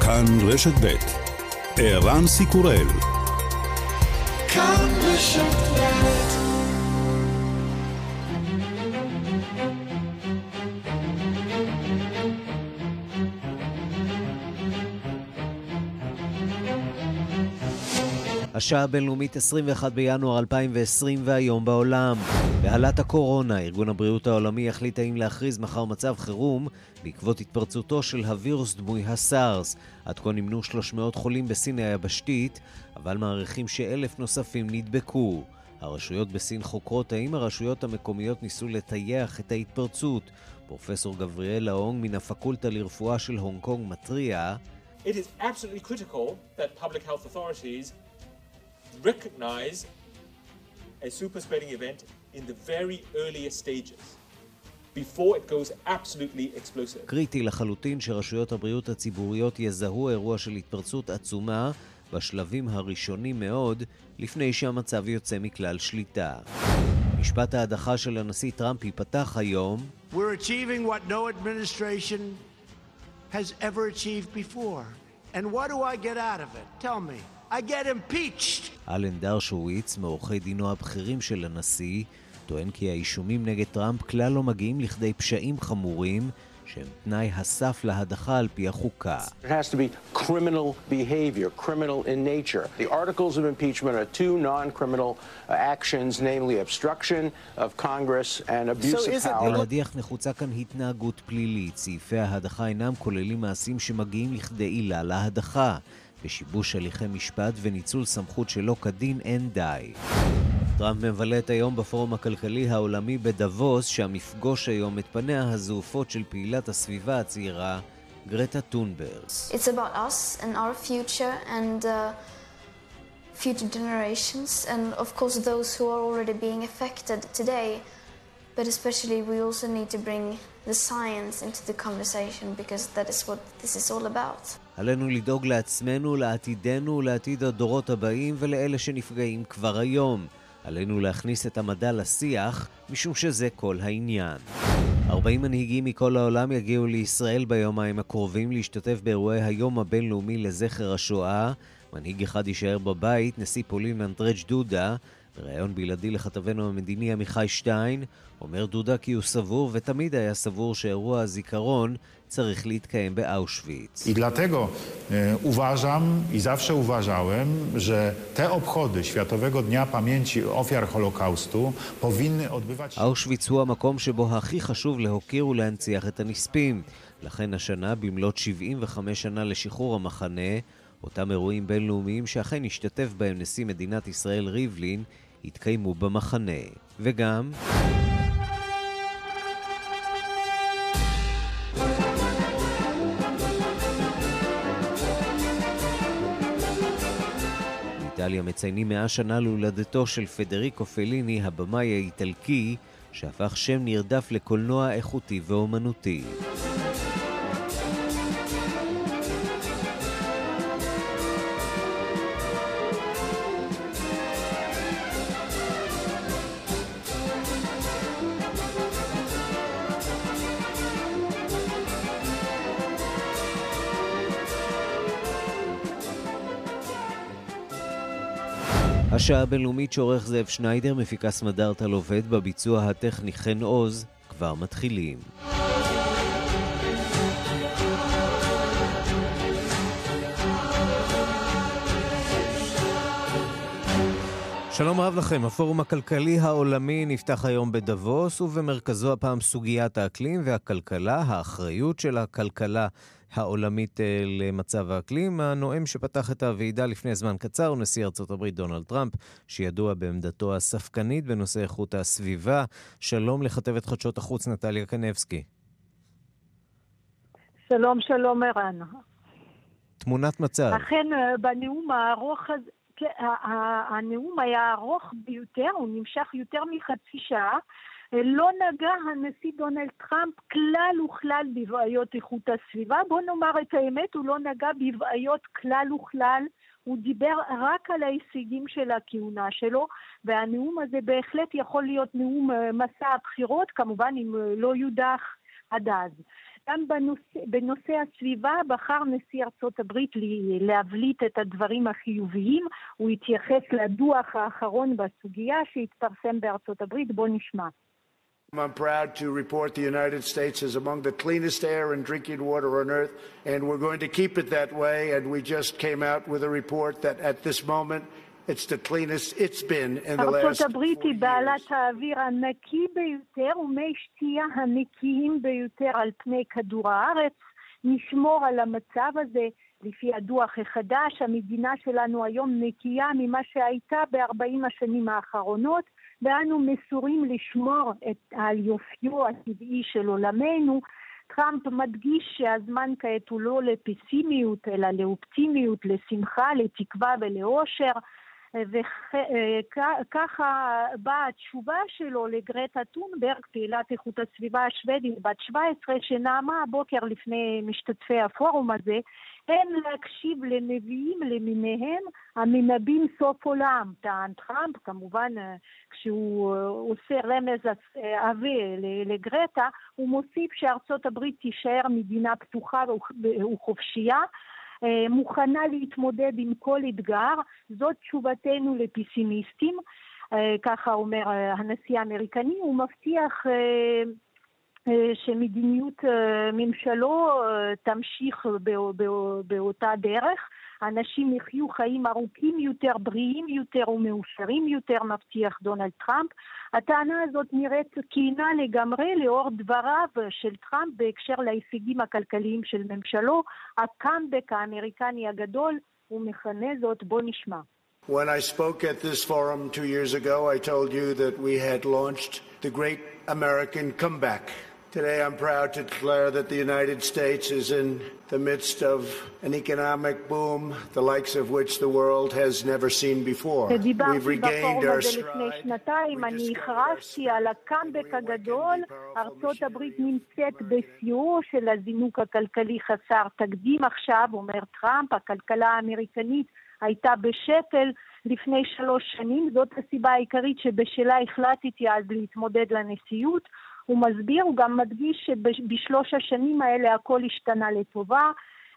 כאן רשת ב' ערן סיקורל. כאן רשת ב'. השעה הבינלאומית 21 בינואר 2020 והיום בעולם. בהלת הקורונה, ארגון הבריאות העולמי החליט האם להכריז מחר מצב חירום בעקבות התפרצותו של הווירוס דמוי הסארס. עד כה נמנו 300 חולים בסין היבשתית, אבל מעריכים ש1,000 נוספים נדבקו. הרשויות בסין חוקרות האם הרשויות המקומיות ניסו לטייח את ההתפרצות. פרופסור גבריאל לאונג מן הפקולטה לרפואה של הונג קונג מתריע, It is absolutely critical that public health authorities recognize a super spreading event in the very earliest stages before it goes absolutely explosive. קריטי לחלוטין שרשויות הבריאות הציבוריות יזהו אירוע של התפרצות עצומה בשלבים הראשונים מאוד לפני שהמצב יוצא מכלל שליטה. משפט ההדחה של הנשיא טראמפ ייפתח היום. We're achieving what no administration has ever achieved before. And what do I get out of it? Tell me. I get impeached. אלן דרשוויץ, מעורכי דינו הבכירים של הנשיא, טוען כי האישומים נגד טראמפ כלל לא מגיעים לכדי פשעים חמורים, שהם תנאי הסף להדחה על פי החוקה. It has to be criminal behavior, criminal in nature. The articles of impeachment are two non-criminal actions, namely obstruction of Congress and abuse of power. להדיח נחוצה כאן התנהגות פלילית. סעיפי ההדחה אינם כוללים מעשים שמגיעים לכדי עילה להדחה. בשיבוש הליכי משפט וניצול סמכות שלא כדין אין די. טראמפ מבלה את היום בפורום הכלכלי העולמי בדבוס, שהמפגוש היום את פניה הזעופות של פעילת הסביבה הצעירה, גרטה טונברג. It's about us and our future and future generations and of course those who are already being affected today. But especially we also need to bring the science into the conversation because that is what this is all about. עלינו לדאוג לעצמנו, לעתידנו, לעתיד הדורות הבאים ולאלה שנפגעים כבר היום. עלינו להכניס את המדע לשיח, משום שזה כל העניין. 40 מנהיגים מכל העולם יגיעו לישראל ביומיים הקרובים להשתתף באירועי היום הבינלאומי לזכר השואה. מנהיג אחד יישאר בבית, נשיא פולין אנדרג' דודה. בראיון בלעדי לכתבנו המדיני עמיחי שטיין, אומר דודה כי הוא סבור ותמיד היה סבור שאירוע הזיכרון צריך להתקיים באושוויץ. I dlatego uważam i zawsze uważałem, że te obchody Światowego Dnia Pamięci Ofiar Holokaustu powinny odbywać się... אושוויץ הוא המקום שבו הכי חשוב להוקיר ולהנציח את הנספים. לכן השנה, במלאת 75 שנה לשחרור המחנה, אותם אירועים בינלאומיים שאכן השתתף בהם נשיא מדינת ישראל ריבלין, התקיימו במחנה. וגם באיטליה מציינים 100 שנה להולדתו של פדריקו פליני, הבמאי האיטלקי, שהפך שם נרדף לקולנוע איכותי ואומנותי. השעה הבינלאומית שעורך זאב שניידר, מפיקה סמדארטה לובד, בביצוע הטכני חן עוז, כבר מתחילים. שלום רב לכם, הפורום הכלכלי העולמי נפתח היום בדבוס, ובמרכזו הפעם סוגיית האקלים והכלכלה, האחריות של הכלכלה העולמית למצב האקלים. הנואם שפתח את הוועידה לפני זמן קצר הוא נשיא ארצות הברית דונלד טראמפ, שידוע בעמדתו הספקנית בנושא איכות הסביבה. שלום לכתבת חדשות החוץ נטליה קנבסקי. שלום, שלום ערן. תמונת מצב. אכן בנאום הארוך הזה, הנאום היה ארוך ביותר, הוא נמשך יותר מחצי שעה. לא נגע הנשיא דונלד טראמפ כלל וכלל בבעיות איכות הסביבה. בוא נאמר את האמת, הוא לא נגע בבעיות כלל וכלל, הוא דיבר רק על ההישגים של הכהונה שלו, והנאום הזה בהחלט יכול להיות נאום מסע הבחירות, כמובן אם לא יודח עד אז. גם בנושא הסביבה בחר נשיא ארצות הברית להבליט את הדברים החיוביים. הוא התייחס לדוח האחרון בסוגיה שהתפרסם בארצות הברית. בוא נשמע. I'm proud to report the United States is among the cleanest air and drinking water on earth, and we're going to keep it that way. And we just came out with a report that at this moment it's the cleanest it's been in the last 4 years. ארצות הברית היא בעלת האוויר הנקי ביותר ומי שתייה הנקיים ביותר על פני כדור הארץ. נשמור על המצב הזה. לפי הדוח החדש, המדינה שלנו היום נקייה ממה שהייתה ב-40 השנים האחרונות, ואנו מסורים לשמור על יופיו הטבעי של עולמנו. טראמפ מדגיש שהזמן כעת הוא לא לפסימיות, אלא לאופטימיות, לשמחה, לתקווה ולאושר, וככה באה התשובה שלו לגרטה טונברג, פעילת איכות הסביבה השוודית בת 17, שנעמה הבוקר לפני משתתפי הפורום הזה, אין להקשיב לנביאים למיניהם המנבאים סוף עולם. טען טראמפ, כמובן כשהוא עושה רמז עבה לגרטה, הוא מוסיף שארצות הברית תישאר מדינה פתוחה וחופשייה, מוכנה להתמודד עם כל אתגר. זאת תשובתנו לפסימיסטים, ככה אומר הנשיא האמריקני. הוא מבטיח שמדיניות ממשלו תמשיך באותה דרך. אנשים יחיו חיים ארוכים יותר, בריאים יותר ומאושרים יותר, מבטיח דונלד טראמפ. הטענה הזאת נראית כינה לגמרי לאור דבריו של טראמפ בהקשר להישגים הכלכליים של ממשלו, הקאמבק האמריקני הגדול, הוא מכנה זאת. בוא נשמע. When I spoke at this forum 2 years ago, I told you that we had launched the great American comeback. Today I'm proud to declare that the United States is in the midst of an economic boom, the likes of which the world has never seen before. We've regained our stride. אני הכרזתי על הקאמבק הגדול. ארצות הברית נמצאת בשיאו של הזינוק הכלכלי חסר תקדים עכשיו, אומר טראמפ. הכלכלה האמריקנית הייתה בשפל לפני 3 שנים. זאת הסיבה העיקרית שבשלה החלטתי אז להתמודד לנשיאות. הוא מסביר, הוא גם מדגיש שב3 השנים האלה הכל השתנה לטובה,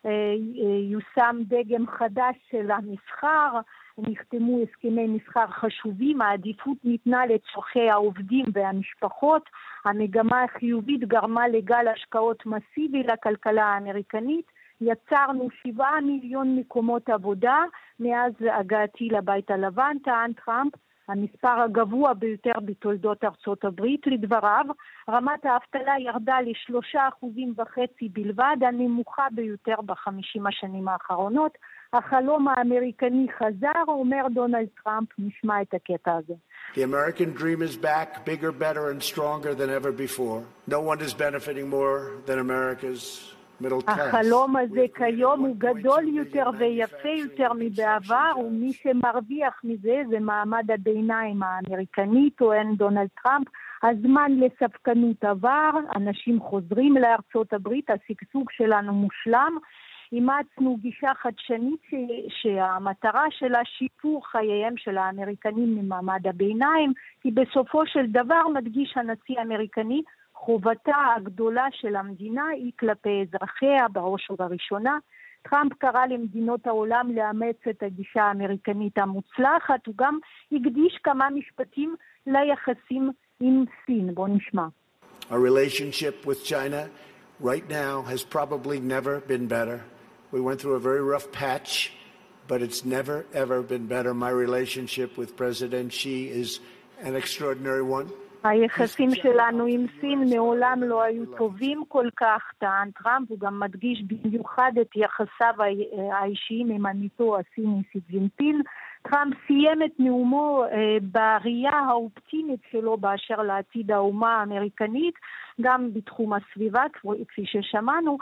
יושם דגם חדש של המסחר, נחתמו הסכמי מסחר חשובים, העדיפות ניתנה לצורכי העובדים והמשפחות, המגמה החיובית גרמה לגל השקעות מסיבי לכלכלה האמריקנית, יצרנו 7 מיליון מקומות עבודה מאז הגעתי לבית הלבן, טען טראמפ, המספר הגבוה ביותר בתולדות ארצות הברית. לדבריו, רמת האבטלה ירדה ל3.5% בלבד, הנמוכה ביותר ב50 השנים האחרונות. החלום האמריקני חזר, אומר דונלד טראמפ. נשמע את הקטע הזה. The American dream is back, bigger, better and stronger than ever before. No one is benefiting more than America's middle class. החלום הזה כיום הוא גדול יותר ויפה יותר מבעבר, ומי שמרוויח מזה זה מעמד הביניים האמריקני, טוען דונלד טראמפ. הזמן לספקנות עבר, אנשים חוזרים לארצות הברית, השגשוג שלנו מושלם. אימצנו גישה חדשנית שהמטרה שלה שיפור חייהם של האמריקנים ממעמד הביניים, כי בסופו של דבר מדגיש הנשיא האמריקני, חובתה הגדולה של המדינה היא כלפי אזרחיה בראש ובראשונה. טראמפ קרא למדינות העולם לאמץ את הגישה האמריקנית המוצלחת, הוא גם הקדיש כמה משפטים ליחסים עם סין. בוא נשמע. Our relationship with China right now has probably never been better. We went through a very rough patch, but it's never ever been better. My relationship with President Xi is an extraordinary one. היחסים שלנו עם סין מעולם לא היו טובים כל כך, טען טראמפ. הוא גם מדגיש במיוחד את יחסיו האישיים עם עמיתו הסיני סי ג'ינפין. טראמפ סיים את נאומו בראייה האופטימית שלו באשר לעתיד האומה האמריקנית, גם בתחום הסביבה, כפי ששמענו.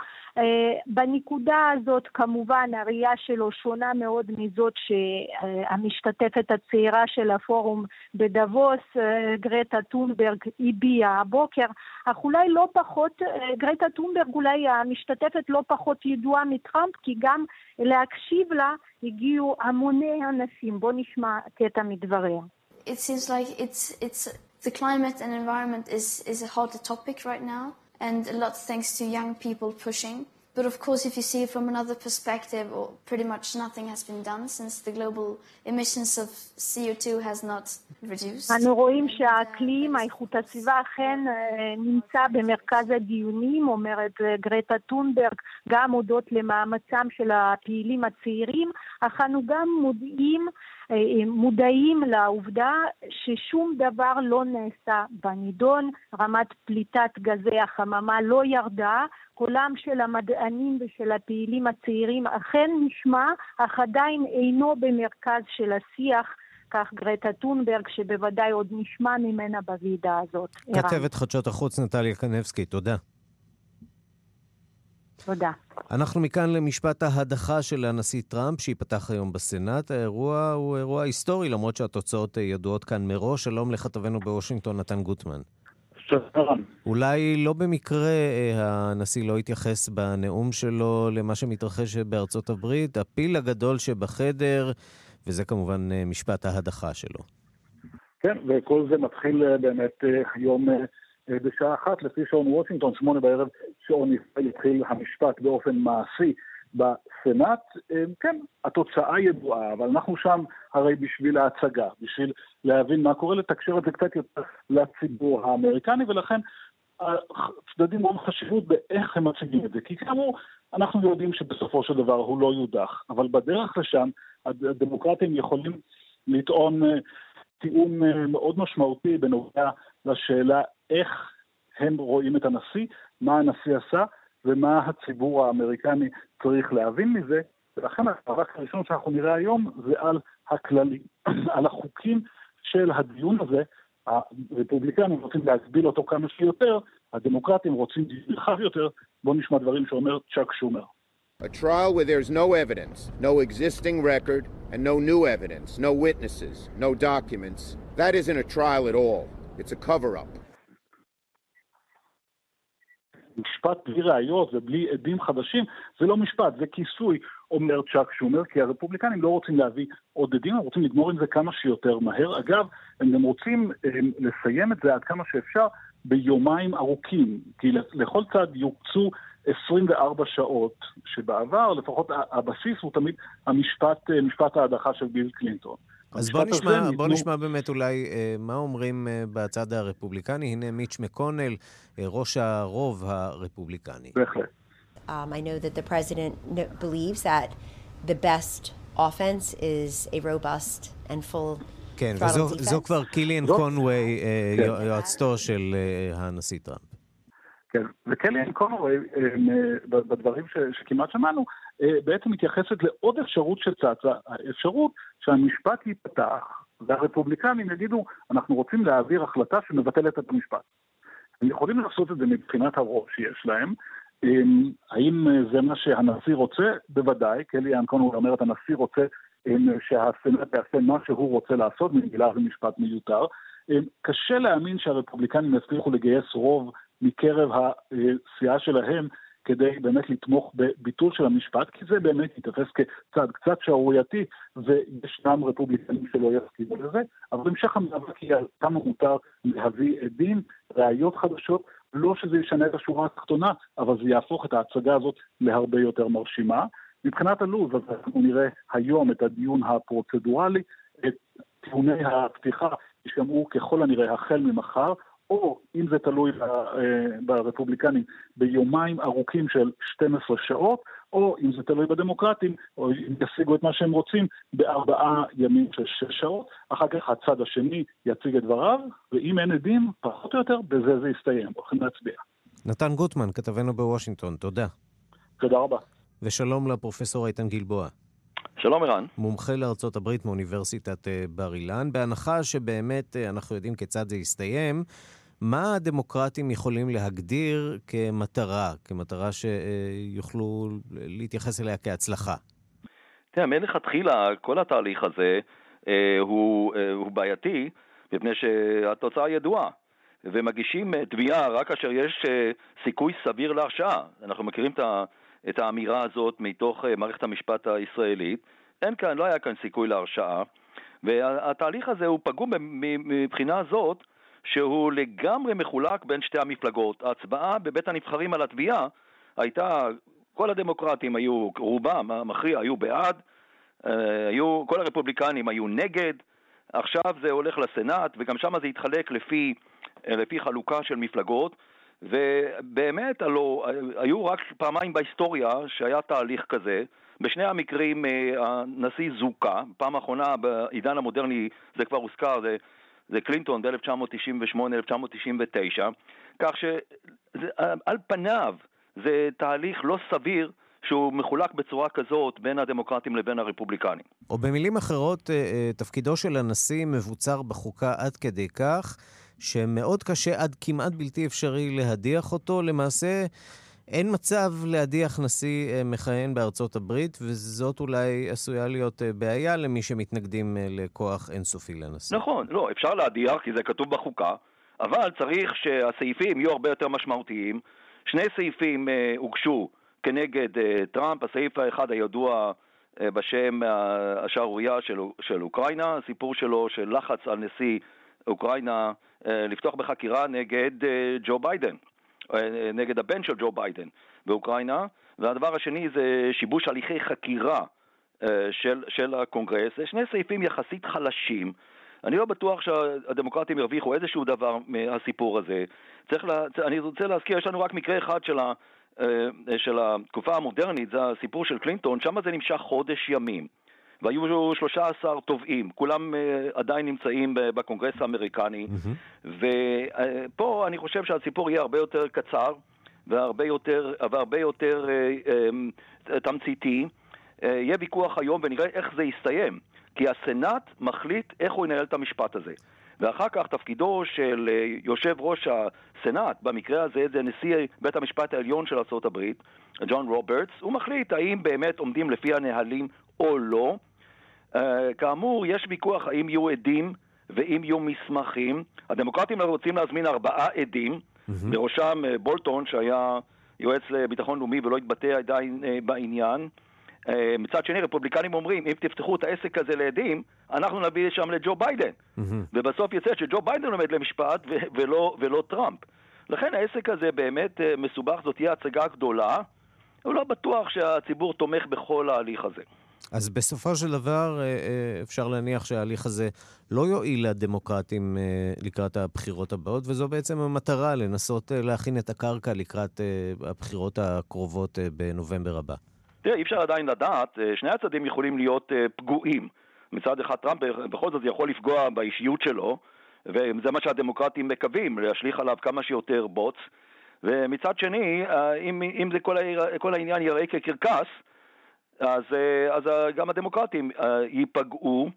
בנקודה הזאת כמובן הראייה שלו שונה מאוד מזאת שהמשתתפת הצעירה של הפורום בדבוס, גרטה טונברג, הביעה הבוקר. אך אולי לא פחות, גרטה טונברג אולי המשתתפת לא פחות ידועה מטראמפ, כי גם להקשיב לה הגיעו המוני אנשים. בוא נשמע קטע מדבריה. It seems like the climate and environment is a hot topic right now. and a lot thanks to young people pushing. But of course, if you see it from another perspective, pretty much nothing has been done since the global emissions of CO2 has not reduced. אנו רואים שהאקלים, איכות הסביבה, אכן נמצא במרכז הדיונים, אומרת גרטה טונברג, גם הודות למאמצם של הפעילים הצעירים, אך אנו גם מודעים לעובדה ששום דבר לא נעשה בנידון, רמת פליטת גזי החממה לא ירדה, קולם של המדענים ושל הפעילים הצעירים אכן נשמע, אך עדיין אינו במרכז של השיח, כך גרטה טונברג, שבוודאי עוד נשמע ממנה בוועידה הזאת. כתבת חדשות החוץ נטליה קנבסקי, תודה. תודה. אנחנו מכאן למשפט ההדחה של הנשיא טראמפ, שיפתח היום בסנאט. האירוע הוא אירוע היסטורי, למרות שהתוצאות ידועות כאן מראש. שלום לכתבנו בוושינגטון, נתן גוטמן. אולי לא במקרה הנשיא לא התייחס בנאום שלו למה שמתרחש בארצות הברית, הפיל הגדול שבחדר, וזה כמובן משפט ההדחה שלו. כן, וכל זה מתחיל באמת היום בשעה 1, לפי שעון וושינגטון, 8 בערב, שעון ישראל התחיל המשפט באופן מעשי בסנאט. כן, התוצאה ידועה, אבל אנחנו שם הרי בשביל ההצגה, בשביל להבין מה קורה, לתקשר את זה קצת יותר לציבור האמריקני, ולכן הצדדים רואים חשיבות באיך הם מציגים את זה. כי כאמור, אנחנו יודעים שבסופו של דבר הוא לא יודח, אבל בדרך לשם הדמוקרטים יכולים לטעון טיעון מאוד משמעותי בנוגע לשאלה איך הם רואים את הנשיא, מה הנשיא עשה ומה הציבור האמריקני צריך להבין מזה. ולכן המאבק הראשון שאנחנו נראה היום זה על הכללים, על החוקים של הדיון הזה. הרפובליקנים רוצים להגביל אותו כמה שיותר, הדמוקרטים רוצים דיון רחב יותר. בואו נשמע דברים שאומר צ'אק שומר. A trial where there's no evidence, no existing record, and no new evidence, no witnesses, no documents. That isn't a trial at all. It's a cover-up. משפט בלי ראיות ובלי עדים חדשים, זה לא משפט, זה כיסוי, אומר צ'אק שומר, כי הרפובליקנים לא רוצים להביא עוד עדים, הם רוצים לגמור עם זה כמה שיותר מהר. אגב, הם גם רוצים לסיים את זה עד כמה שאפשר ביומיים ארוכים, כי לכל צד יוקצו 24 שעות, שבעבר, לפחות הבסיס הוא תמיד משפט ההדחה של ביל קלינטון. אז בוא נשמע באמת אולי מה אומרים בצד הרפובליקני. הנה מיץ' מקונל, ראש הרוב הרפובליקני. בהחלט. I know that the president believes that the best offense is a robust and full כן, וזו כבר קיליאן קונווי, יועצתו של הנשיא טראמפ. כן, וקליאן קונווי, בדברים שכמעט שמענו, בעצם מתייחסת לעוד אפשרות שצצה, האפשרות שהמשפט ייפתח, והרפובליקנים יגידו, אנחנו רוצים להעביר החלטה שמבטלת את המשפט. הם יכולים לעשות את זה מבחינת הרוב שיש להם. האם זה מה שהנשיא רוצה? בוודאי, קליאן קונווי אומרת, הנשיא רוצה שהסנאט יעשה מה שהוא רוצה לעשות, מגילה ומשפט מיותר. קשה להאמין שהרפובליקנים יצליחו לגייס רוב מקרב הסיעה שלהם כדי באמת לתמוך בביטול של המשפט, כי זה באמת יתפס כצעד קצת שערורייתי, וישנם רפובליקנים שלא יסכימו לזה, אבל המשך המאבק היא על כמה מותר להביא עדים, ראיות חדשות, לא שזה ישנה את השורה התחתונה, אבל זה יהפוך את ההצגה הזאת להרבה יותר מרשימה. מבחינת הלו"ז, אז אנחנו נראה היום את הדיון הפרוצדורלי, את טיעוני הפתיחה ישמעו ככל הנראה החל ממחר, או אם זה תלוי ברפובליקנים ביומיים ארוכים של 12 שעות, או אם זה תלוי בדמוקרטים, או אם ישיגו את מה שהם רוצים ב4 ימים של 6 שעות, אחר כך הצד השני יציג את דבריו, ואם אין עדים, פחות או יותר, בזה זה יסתיים. הולכים להצביע. נתן גוטמן, כתבנו בוושינגטון, תודה. תודה רבה. ושלום לפרופסור איתן גלבוע. שלום ערן. מומחה לארצות הברית מאוניברסיטת בר אילן. בהנחה שבאמת אנחנו יודעים כיצד זה יסתיים, מה הדמוקרטים יכולים להגדיר כמטרה שיוכלו להתייחס אליה כהצלחה? תראה, מלכתחילה כל התהליך הזה הוא בעייתי, מפני שהתוצאה ידועה. ומגישים תביעה רק כאשר יש סיכוי סביר להרשעה. אנחנו מכירים את האמירה הזאת מתוך מערכת המשפט הישראלית. לא היה כאן סיכוי להרשעה, והתהליך הזה הוא פגום מבחינה זאת שהוא לגמרי מחולק בין שתי המפלגות. ההצבעה בבית הנבחרים על התביעה הייתה, כל הדמוקרטים היו, רובם המכריע היו בעד, כל הרפובליקנים היו נגד, עכשיו זה הולך לסנאט, וגם שם זה התחלק לפי חלוקה של מפלגות, ובאמת היו רק פעמיים בהיסטוריה שהיה תהליך כזה. בשני המקרים הנשיא זוכה, פעם האחרונה בעידן המודרני, זה כבר הוזכר, זה קלינטון ב-1998-1999, כך שעל פניו זה תהליך לא סביר שהוא מחולק בצורה כזאת בין הדמוקרטים לבין הרפובליקנים. או במילים אחרות, תפקידו של הנשיא מבוצר בחוקה עד כדי כך, שמאוד קשה עד כמעט בלתי אפשרי להדיח אותו. למעשה אין מצב להדיח נשיא מכהן בארצות הברית, וזאת אולי עשויה להיות בעיה למי שמתנגדים לכוח אינסופי לנשיא. נכון, לא, אפשר להדיח כי זה כתוב בחוקה, אבל צריך שהסעיפים יהיו הרבה יותר משמעותיים. שני סעיפים הוגשו כנגד טראמפ, הסעיף האחד הידוע בשם השערוריה של אוקראינה, הסיפור שלו של לחץ על נשיא אוקראינה לפתוח בחקירה נגד ג'ו ביידן, נגד הבן של ג'ו ביידן באוקראינה, והדבר השני זה שיבוש הליכי חקירה של הקונגרס. זה שני סעיפים יחסית חלשים. אני לא בטוח שהדמוקרטים ירוויחו איזשהו דבר מהסיפור הזה. אני רוצה להזכיר, יש לנו רק מקרה אחד של התקופה המודרנית, זה הסיפור של קלינטון, שם זה נמשך חודש ימים, והיו 13 תובעים, כולם עדיין נמצאים בקונגרס האמריקני, ופה אני חושב שהסיפור יהיה הרבה יותר קצר, והרבה יותר תמציתי. יהיה ויכוח היום ונראה איך זה יסתיים, כי הסנאט מחליט איך הוא ינהל את המשפט הזה. ואחר כך תפקידו של יושב ראש הסנאט, במקרה הזה זה נשיא בית המשפט העליון של ארצות הברית, ג'ון רוברטס, הוא מחליט האם באמת עומדים לפי הנהלים או לא. כאמור, יש ויכוח האם יהיו עדים ואם יהיו מסמכים. הדמוקרטים רוצים להזמין 4 עדים, בראשם בולטון שהיה יועץ לביטחון לאומי ולא התבטא עדיין בעניין. מצד שני, רפובליקנים אומרים, אם תפתחו את העסק הזה לעדים, אנחנו נביא שם לג'ו ביידן. ובסוף יצא שג'ו ביידן עומד למשפט ולא טראמפ. לכן העסק הזה באמת מסובך, זאת תהיה הצגה גדולה, אבל לא בטוח שהציבור תומך בכל ההליך הזה. אז בסופו של דבר אפשר להניח שההליך הזה לא יועיל לדמוקרטים לקראת הבחירות הבאות, וזו בעצם המטרה, לנסות להכין את הקרקע לקראת הבחירות הקרובות בנובמבר הבא. תראה, אי אפשר עדיין לדעת, שני הצדדים יכולים להיות פגועים. מצד אחד טראמפ בכל זאת יכול לפגוע באישיות שלו, וזה מה שהדמוקרטים מקווים, להשליך עליו כמה שיותר בוץ, ומצד שני, אם זה כל העניין יראה כקרקס, אז גם הדמוקרטים ייפגעו.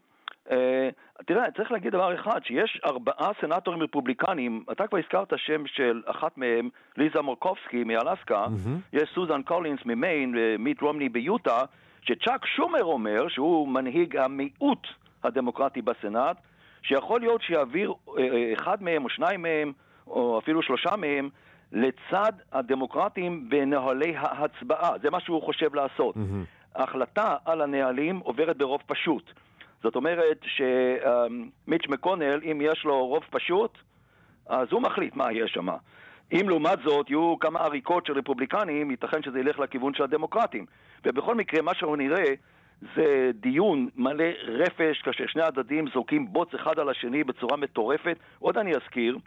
תראה, צריך להגיד דבר אחד, שיש 4 סנטורים רפובליקנים, אתה כבר הזכרת שם של אחת מהם, ליזה מורקובסקי מאלסקה, יש סוזן קולינס ממיין ומיט רומני ביוטה, שצ'אק שומר אומר, שהוא מנהיג המיעוט הדמוקרטי בסנאט, שיכול להיות שיעביר 1 מהם או 2 מהם, או אפילו 3 מהם, לצד הדמוקרטים בנהלי ההצבעה. זה מה שהוא חושב לעשות. ההחלטה על הנהלים עוברת ברוב פשוט. זאת אומרת שמיץ' מקונל, אם יש לו רוב פשוט, אז הוא מחליט מה יש שם. אם לעומת זאת יהיו כמה עריקות של רפובליקנים, ייתכן שזה ילך לכיוון של הדמוקרטים. ובכל מקרה, מה שאנחנו נראה זה דיון מלא רפש, כששני הצדדים זורקים בוץ אחד על השני בצורה מטורפת. עוד אני אזכיר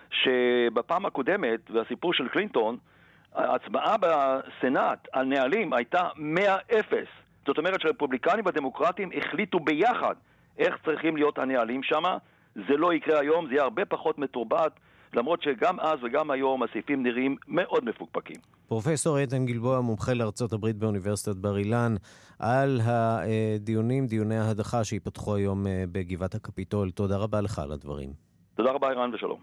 שבפעם הקודמת, והסיפור של קלינטון, ההצבעה בסנאט על נהלים הייתה 100-0. זאת אומרת שרפובליקנים והדמוקרטים החליטו ביחד איך צריכים להיות הנהלים שם. זה לא יקרה היום, זה יהיה הרבה פחות מטורבט, למרות שגם אז וגם היום הסעיפים נראים מאוד מפוקפקים. פרופסור איתן גלבוע, מומחה לארצות הברית באוניברסיטת בר אילן, על הדיונים, דיוני ההדחה שיפתחו היום בגבעת הקפיטול. תודה רבה לך על הדברים. תודה רבה אירן ושלום.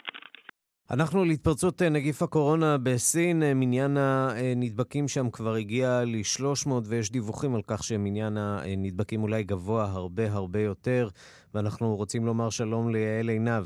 אנחנו להתפרצות נגיף הקורונה בסין, מניין הנדבקים שם כבר הגיע ל-300 ויש דיווחים על כך שמניין הנדבקים אולי גבוה הרבה יותר, ואנחנו רוצים לומר שלום ליעל עינב.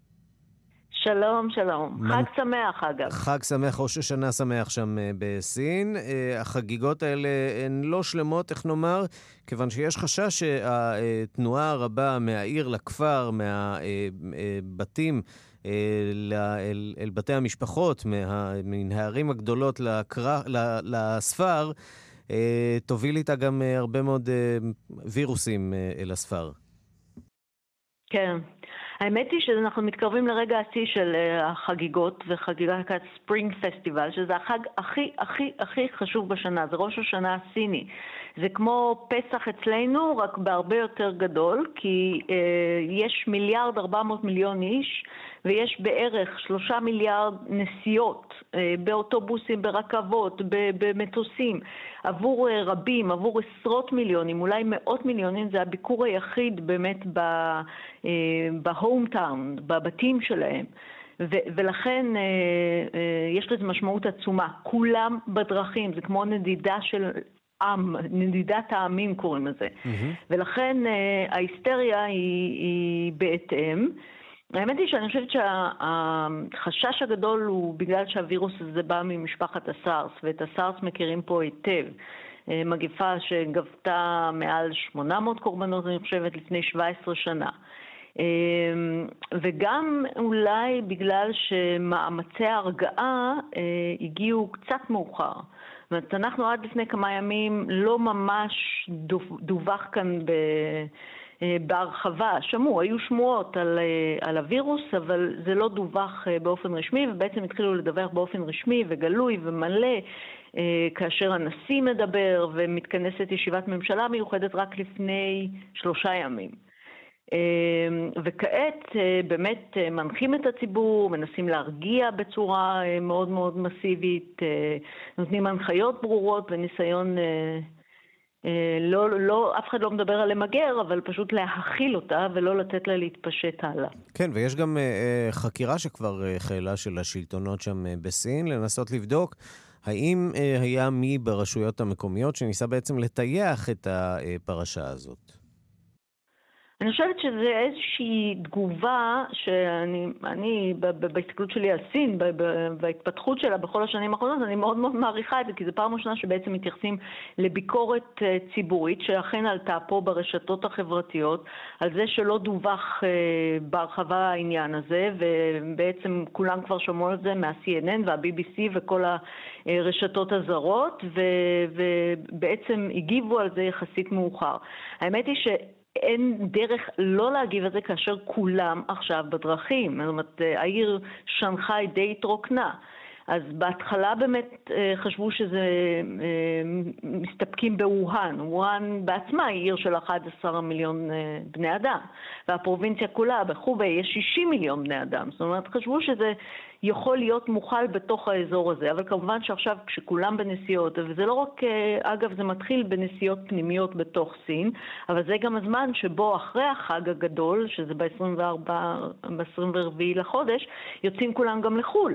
שלום, שלום. חג שמח אגב. חג שמח, ראש השנה שמח שם בסין. החגיגות האלה הן לא שלמות, איך נאמר, כיוון שיש חשש שהתנועה הרבה מהעיר לכפר, מהבתים אל בתי המשפחות, מן הערים הגדולות לספר, תוביל איתה גם הרבה מאוד וירוסים אל הספר. כן. האמת היא שאנחנו מתקרבים לרגע השיא של החגיגות וחגיגת ספרינג פסטיבל, שזה החג הכי הכי הכי חשוב בשנה, זה ראש השנה הסיני. זה כמו פסח אצלנו, רק בהרבה יותר גדול, כי יש 1.4 מיליארד איש, ויש בערך 3 מיליארד נסיעות באוטובוסים, ברכבות, במטוסים, עבור רבים, עבור עשרות מיליונים, אולי מאות מיליונים. זה הביקור היחיד באמת בהום טאון, בבתים שלהם. ולכן יש לזה משמעות עצומה. כולם בדרכים, זה כמו נדידה של עם, נדידת העמים קוראים לזה. ולכן ההיסטריה היא בהתאם. האמת היא שאני חושבת שהחשש הגדול הוא בגלל שהווירוס הזה בא ממשפחת הסארס, ואת הסארס מכירים פה היטב. מגפה שגבתה מעל 800 קורבנות, אני חושבת, לפני 17 שנה. וגם אולי בגלל שמאמצי ההרגעה הגיעו קצת מאוחר. זאת אומרת, אנחנו עד לפני כמה ימים לא ממש דווח כאן בהרחבה. שמעו, היו שמועות על הווירוס, אבל זה לא דווח באופן רשמי, ובעצם התחילו לדווח באופן רשמי וגלוי ומלא, כאשר הנשיא מדבר ומתכנסת ישיבת ממשלה מיוחדת רק לפני 3 ימים. וכעת באמת מנחים את הציבור, מנסים להרגיע בצורה מאוד מאוד מסיבית, נותנים הנחיות ברורות וניסיון, אף אחד לא מדבר על למגר, אבל פשוט להכיל אותה ולא לתת לה להתפשט הלאה. כן, ויש גם חקירה שכבר החלה של השלטונות שם בסין, לנסות לבדוק האם היה מי ברשויות המקומיות שניסה בעצם לטייח את הפרשה הזאת. אני חושבת שזה איזושהי תגובה שאני בהסתכלות שלי על סין, בהתפתחות שלה בכל השנים האחרונות, אני מאוד מאוד מעריכה את זה, כי זו פעם ראשונה שבעצם מתייחסים לביקורת ציבורית, שאכן עלתה פה ברשתות החברתיות, על זה שלא דווח בהרחבה העניין הזה, ובעצם כולם כבר שמעו על זה מה-CNN וה-BBC וכל הרשתות הזרות, ובעצם הגיבו על זה יחסית מאוחר. האמת היא אין דרך לא להגיב על זה כאשר כולם עכשיו בדרכים. זאת אומרת, העיר שנגחאי די התרוקנה. אז בהתחלה באמת חשבו שזה מסתפקים בווהאן. ווהאן בעצמה היא עיר של 11 מיליון בני אדם. והפרובינציה כולה, בחובי, יש 60 מיליון בני אדם. זאת אומרת, חשבו שזה יכול להיות מוכל בתוך האזור הזה. אבל כמובן שעכשיו כשכולם בנסיעות, וזה לא רק, אגב, זה מתחיל בנסיעות פנימיות בתוך סין, אבל זה גם הזמן שבו אחרי החג הגדול, שזה ב-24 לחודש, יוצאים כולם גם לחול.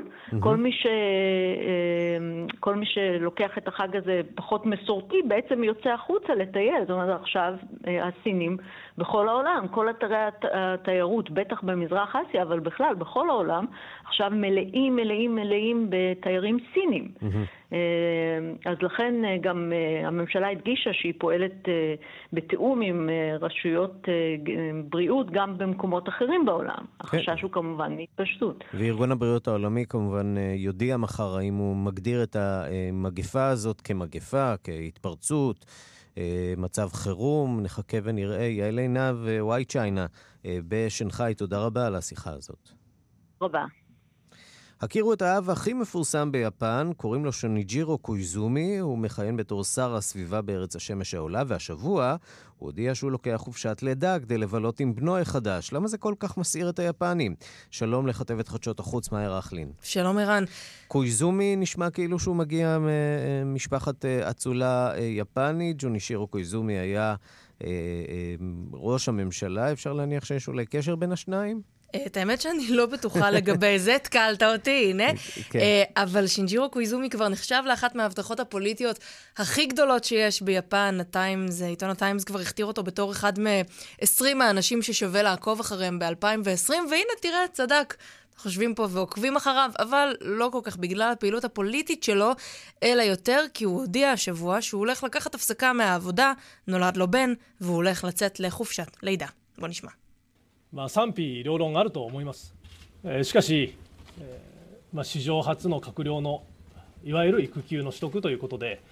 כל מי שלוקח את החג הזה פחות מסורתי, בעצם יוצא החוצה לטייל. זאת אומרת, עכשיו הסינים בכל העולם, כל אתרי התיירות, בטח במזרח אסיה, אבל בכלל בכל העולם, עכשיו מלאים בתיירים סינים. אז לכן גם הממשלה הדגישה שהיא פועלת בתיאום עם רשויות בריאות גם במקומות אחרים בעולם. החשש הוא כמובן מהתפשטות. וארגון הבריאות העולמי כמובן יודיע מחר האם הוא מגדיר את המגפה הזאת כמגפה, כהתפרצות, מצב חירום. נחכה ונראה. יעל עינב, וואי צ'יינה בשנגחאי, תודה רבה על השיחה הזאת. רבה. הכירו את האב הכי מפורסם ביפן, קוראים לו שוניג'ירו קויזומי, הוא מכהן בתור שר הסביבה בארץ השמש העולה, והשבוע הוא הודיע שהוא לוקח חופשת לידה כדי לבלות עם בנו החדש. למה זה כל כך מסעיר את היפנים? שלום לכתבת חדשות החוץ מאיה רכלין. שלום ערן. קויזומי נשמע כאילו שהוא מגיע ממשפחת אצולה יפנית. שוניג'ירו קויזומי היה ראש הממשלה, אפשר להניח שיש אולי קשר בין השניים? את האמת שאני לא בטוחה לגבי זה, תקלת אותי, הנה. אבל שינג'ירו קויזומי כבר נחשב לאחת מההבטחות הפוליטיות הכי גדולות שיש ביפן. עיתון הטיימס כבר הכתיר אותו בתור אחד מ-20 האנשים ששווה לעקוב אחריהם ב-2020, והנה תראה, צדק. חושבים פה ועוקבים אחריו, אבל לא כל כך בגלל הפעילות הפוליטית שלו, אלא יותר כי הוא הודיע השבוע שהוא הולך לקחת הפסקה מהעבודה, נולד לו בן, והוא הולך לצאת לחופשת לידה. בוא נשמע. 賛否両論あると思います。 しかし、史上初の閣僚のいわゆる育休の取得ということで、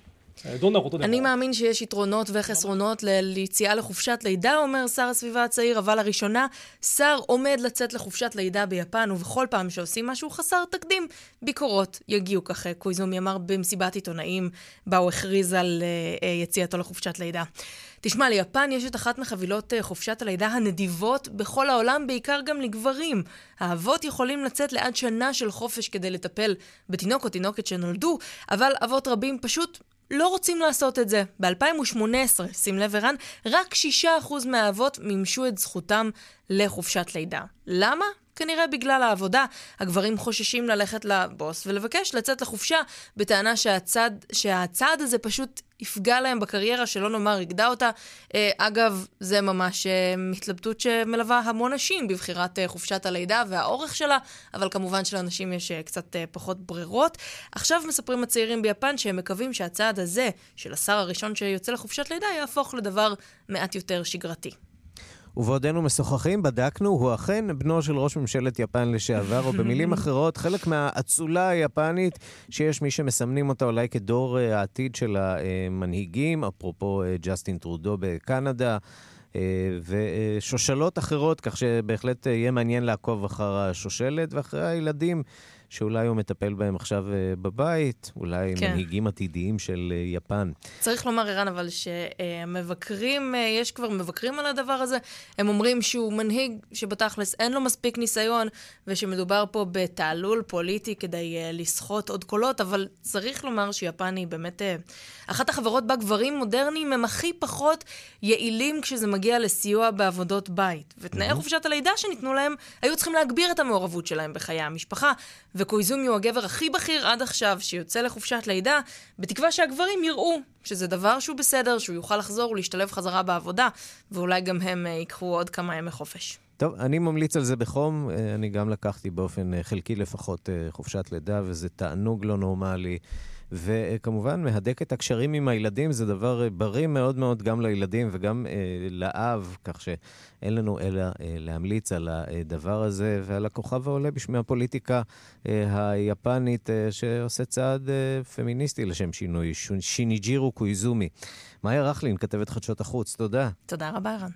אני מאמין שיש יתרונות וחסרונות ליציאה לחופשת לידה, אומר שר הסביבה הצעיר, אבל לראשונה שר עומד לצאת לחופשת לידה ביפן, ובכל פעם שעושים משהו חסר תקדים, ביקורות יגיעו, כך קויזומי אמר במסיבת עיתונאים, בה הוא הכריז על יציאתו לחופשת לידה. תשמע, ליפן יש את אחת מחבילות חופשת הלידה הנדיבות בכל העולם, בעיקר גם לגברים. האבות יכולים לצאת לעד שנה של חופש כדי לטפל בתינוק או תינוקת שנולדו, אבל אבות רבים פשוט לא רוצים לעשות את זה. ב-2018, שים לב ערן, רק 6% מהאבות מימשו את זכותם לחופשת לידה. למה? כנראה בגלל העבודה. הגברים חוששים ללכת לבוס ולבקש לצאת לחופשה, בטענה שהצעד הזה פשוט יפגע להם בקריירה, שלא נאמר יגדע אותה. אגב, זה ממש התלבטות שמלווה המון נשים בבחירת חופשת הלידה והאורך שלה, אבל כמובן שלאנשים יש קצת פחות ברירות. עכשיו מספרים הצעירים ביפן שהם מקווים שהצעד הזה של השר הראשון שיוצא לחופשת לידה יהפוך לדבר מעט יותר שגרתי. ובעודנו משוחחים, בדקנו, הוא אכן בנו של ראש ממשלת יפן לשעבר, או במילים אחרות, חלק מהאצולה היפנית, שיש מי שמסמנים אותה אולי כדור העתיד של המנהיגים, אפרופו ג'סטין טרודו בקנדה, ושושלות אחרות, כך שבהחלט יהיה מעניין לעקוב אחר השושלת ואחרי הילדים, שאולי הוא מטפל בהם עכשיו בבית, אולי מנהיגים עתידיים של יפן. צריך לומר, ערן, אבל שהמבקרים, יש כבר מבקרים על הדבר הזה, הם אומרים שהוא מנהיג שבתכלס אין לו מספיק ניסיון, ושמדובר פה בתעלול פוליטי כדי לסחוט עוד קולות, אבל צריך לומר שיפן היא באמת אחת החברות בה גברים מודרניים הם הכי פחות יעילים כשזה מגיע לסיוע בעבודות בית. ותנאי חופשת הלידה שניתנו להם היו צריכים להגביר את המעורבות שלהם בחיי המשפחה, וקויזומי הוא הגבר הכי בכיר עד עכשיו שיוצא לחופשת לידה, בתקווה שהגברים יראו שזה דבר שהוא בסדר, שהוא יוכל לחזור ולהשתלב חזרה בעבודה, ואולי גם הם ייקחו עוד כמה ימי חופש. טוב, אני ממליץ על זה בחום, אני גם לקחתי באופן חלקי לפחות חופשת לידה, וזה תענוג לא נורמלי, וכמובן מהדק את הקשרים עם הילדים, זה דבר בריא מאוד מאוד גם לילדים וגם לאב, כך שאין לנו אלא להמליץ על הדבר הזה, ועל הכוכב העולה בשמי הפוליטיקה היפנית, שעושה צעד פמיניסטי לשם שינוי, שיניג'ירו קויזומי. מאיה רכלין, כתבת חדשות החוץ, תודה. תודה רבה, ערן.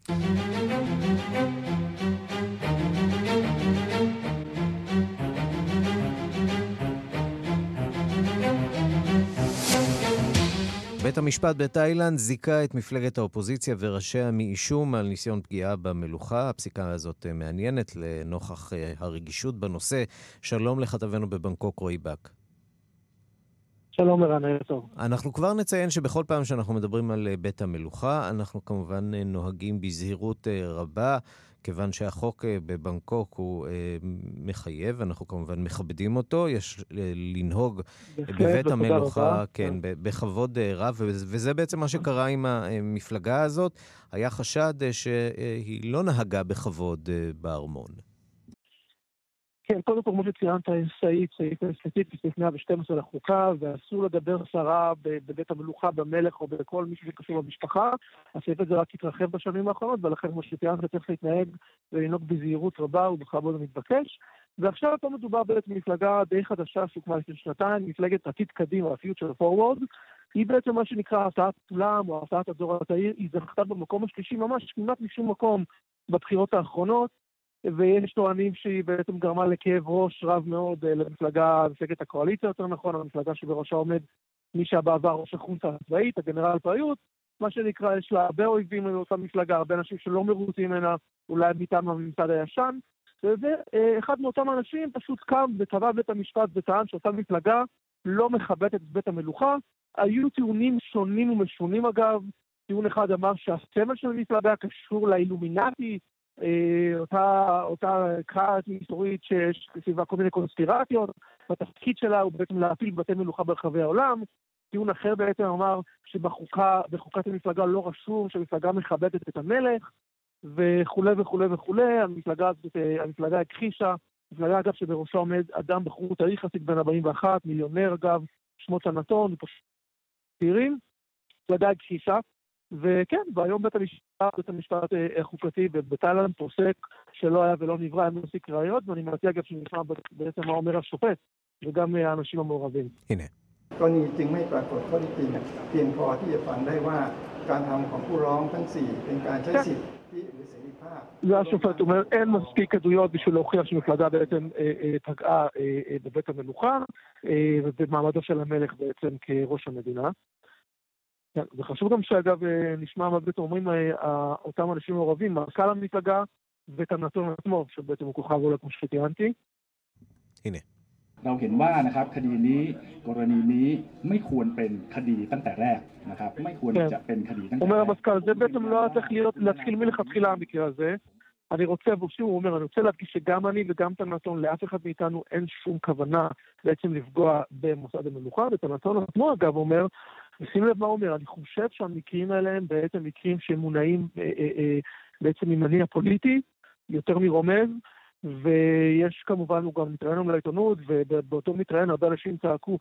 בית המשפט בתאילנד זיקה את מפלגת האופוזיציה וראשיה מאישום על ניסיון פגיעה במלוכה. הפסיקה הזאת מעניינת לנוכח הרגישות בנושא. שלום לכתבנו בבנקוק רועי בק. שלום ערן, טוב. אנחנו כבר נציין שבכל פעם שאנחנו מדברים על בית המלוכה, אנחנו כמובן נוהגים בזהירות רבה, כיוון שהחוק בבנקוק הוא מחייב, אנחנו כמובן מכבדים אותו, יש לנהוג בבית המלוכה, כן, בכבוד רב, וזה בעצם מה שקרה עם המפלגה הזאת. היה חשד שהיא לא נהגה בכבוד בארמון. כן, קודם כל, כמו שציינת, סעיף בסעיף 112 לחוקה, ואסור לדבר סרה בבית המלוכה, במלך או בכל מישהו שקשור במשפחה. הסעיף הזה רק התרחב בשנים האחרונות, ולכן כמו שציינת צריך להתנהג ולנהוג בזהירות רבה ובכבוד המתבקש. ועכשיו פה מדובר בעצם מפלגה די חדשה שהוקמה לפני שנתיים, מפלגת עתיד קדימה, Future Forward. היא בעצם מה שנקרא הפתעת כולם או הפתעת הדור הצעיר, היא זכתה במקום השלישי ממש כמעט משום מקום בבחירות האחרונות. ויש טוענים שהיא בעצם גרמה לכאב ראש רב מאוד למפלגה, מפלגת הקואליציה יותר נכון, המפלגה שבראשה עומד מי שבעבר ראש החונטה הצבאית, הגנרל פריוט, מה שנקרא, יש לה הרבה אויבים לאותה מפלגה, הרבה אנשים שלא מרוצים ממנה, אולי מטעם הממסד הישן, ואחד מאותם אנשים פשוט קם ותבע בית המשפט וטען שאותה מפלגה לא מכבדת את בית המלוכה. היו טיעונים שונים ומשונים אגב, טיעון אחד אמר שהסמל של המפלגה קשור לאילומינטי, אותה קראת היסטורית שיש סביבה כל מיני קונספירציות, בתפקיד שלה הוא בעצם להפיל בתי מלוכה ברחבי העולם. טיעון אחר בעצם אמר שבחוקת המפלגה לא רשום שהמפלגה מכבדת את המלך, וכולי וכולי וכולי. המפלגה הכחישה, מפלגה אגב שבראשה עומד אדם בחור תאריך יחסית בן 41, מיליונר אגב, שמו צ'נטון, צעירים, מפלגה הכחישה. וכן, והיום בית המשפט החוקתי בתאילנד פוסק שלא היה ולא נברא, הם נסיק ראיות, ואני מציע אגב שנשמע בעצם מה אומר השופט, וגם האנשים המעורבים. הנה. กรณีจึงไม่ปรากฏข้อเท็จจริงเพียงพอที่จะฟังได้ว่าการทำของผู้ร้องทั้ง4เป็นการใช้สิทธิหรือเสรีภาพ והשופט אומר, אין מספיק עדויות בשביל להוכיח שמפלגה בעצם פגעה בבית המלוכה, ובמעמדו של המלך בעצם כראש המדינה. זה חשוב גם שאגב נשמע מה בעצם אומרים אותם אנשים מעורבים, מנכ"ל המפלגה ואת הנתון עצמו, שבעצם הוא כוכב עולה כמו שציינתי. הנה. เราเห็นว่านะครับคดีนี้กรณีนี้ไม่ควรเป็นคดีตั้งแต่แรกนะครับไม่ควรจะเป็นคดีตั้งแต่แรก אומר המזכ"ל, זה בעצם לא צריך להתחיל מלכתחילה המקרה הזה. אני רוצה, ושוב הוא אומר, אני רוצה להדגיש שגם אני וגם תנתון, לאף אחד מאיתנו אין שום כוונה בעצם לפגוע במוסד המלוכה, ותנתון עצמו אגב אומר, ושים לב מה הוא אומר, אני חושב שהמקרים האלה הם בעצם מקרים שמונעים בעצם ממניע פוליטי, יותר מרומז, ויש כמובן, הוא גם מתראיין היום לעיתונות, ובאותו מתראיין הרבה אנשים צעקו,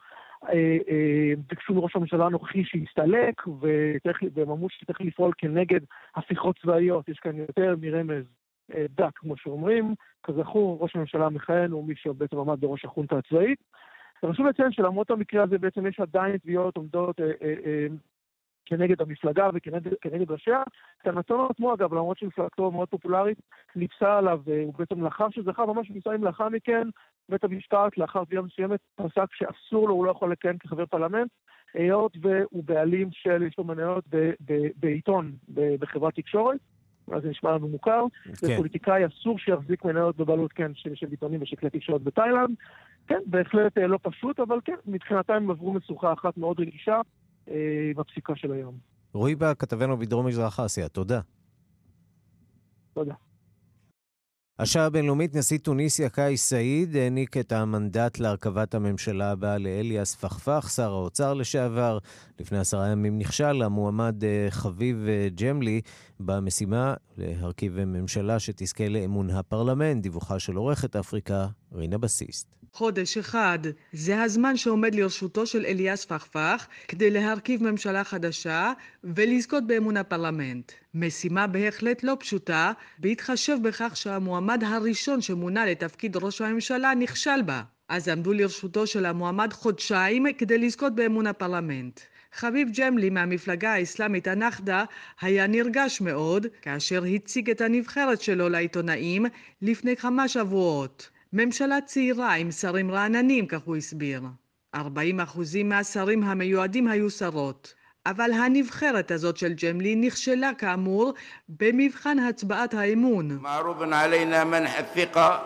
ביקשו מראש הממשלה הנוכחי שיסתלק, והם אמרו שצריך לפעול כנגד הפיכות צבאיות, יש כאן יותר מרמז דק, כמו שאומרים, כזכור, ראש הממשלה המכהן הוא מי שבעצם עמד בראש החונטה הצבאית. חשוב לציין שלמרות המקרה הזה בעצם יש עדיין תביעות עומדות כנגד המפלגה וכנגד ראשיה. הנתון עצמו אגב, למרות שמפלגתו מאוד פופולרית, נפסל עליו, הוא בעצם לאחר שזכה, ממש מסיים לאחר מכן, בית המשפט לאחר תביעה מסוימת פסק שאסור לו, הוא לא יכול לכהן כחבר פרלמנט, היות והוא בעלים של, יש לו מניות בעיתון, בחברת תקשורת, אז זה נשמע לנו מוכר, ופוליטיקאי אסור שיחזיק מניות בבעלות, כן, של עיתונים ושקלי תקשורת בתאילנד, כן, בהחלט לא פשוט, אבל כן, מבחינתם הם עברו משוכה אחת מאוד רגישה, בפסיקה של היום. רועי בה, כתבנו בדרום מזרח אסיה, תודה. תודה. השעה הבינלאומית, נשיא תוניסיה קאיס סעיד העניק את המנדט להרכבת הממשלה הבאה לאליאס פחפח, שר האוצר לשעבר. לפני 10 ימים נכשל המועמד חביב ג'מלי במשימה להרכיב ממשלה שתזכה לאמון הפרלמנט. דיווחה של עורכת אפריקה רינה בסיסט. חודש אחד, זה הזמן שעומד לרשותו של אליאס פחפח כדי להרכיב ממשלה חדשה ולזכות באמון הפרלמנט. משימה בהחלט לא פשוטה, בהתחשב בכך שהמועמד הראשון שמונה לתפקיד ראש הממשלה נכשל בה. אז עמדו לרשותו של המועמד חודשיים כדי לזכות באמון הפרלמנט. חביב ג'מלי מהמפלגה האסלאמית הנחדה היה נרגש מאוד כאשר הציג את הנבחרת שלו לעיתונאים לפני 5 שבועות. ממשלה צעירה עם שרים רעננים, כך הוא הסביר. 40% מהשרים המיועדים היו שרות. אבל הנבחרת הזאת של ג'מלי נכשלה כאמור במבחן הצבעת האמון. معروض علينا منح الثقة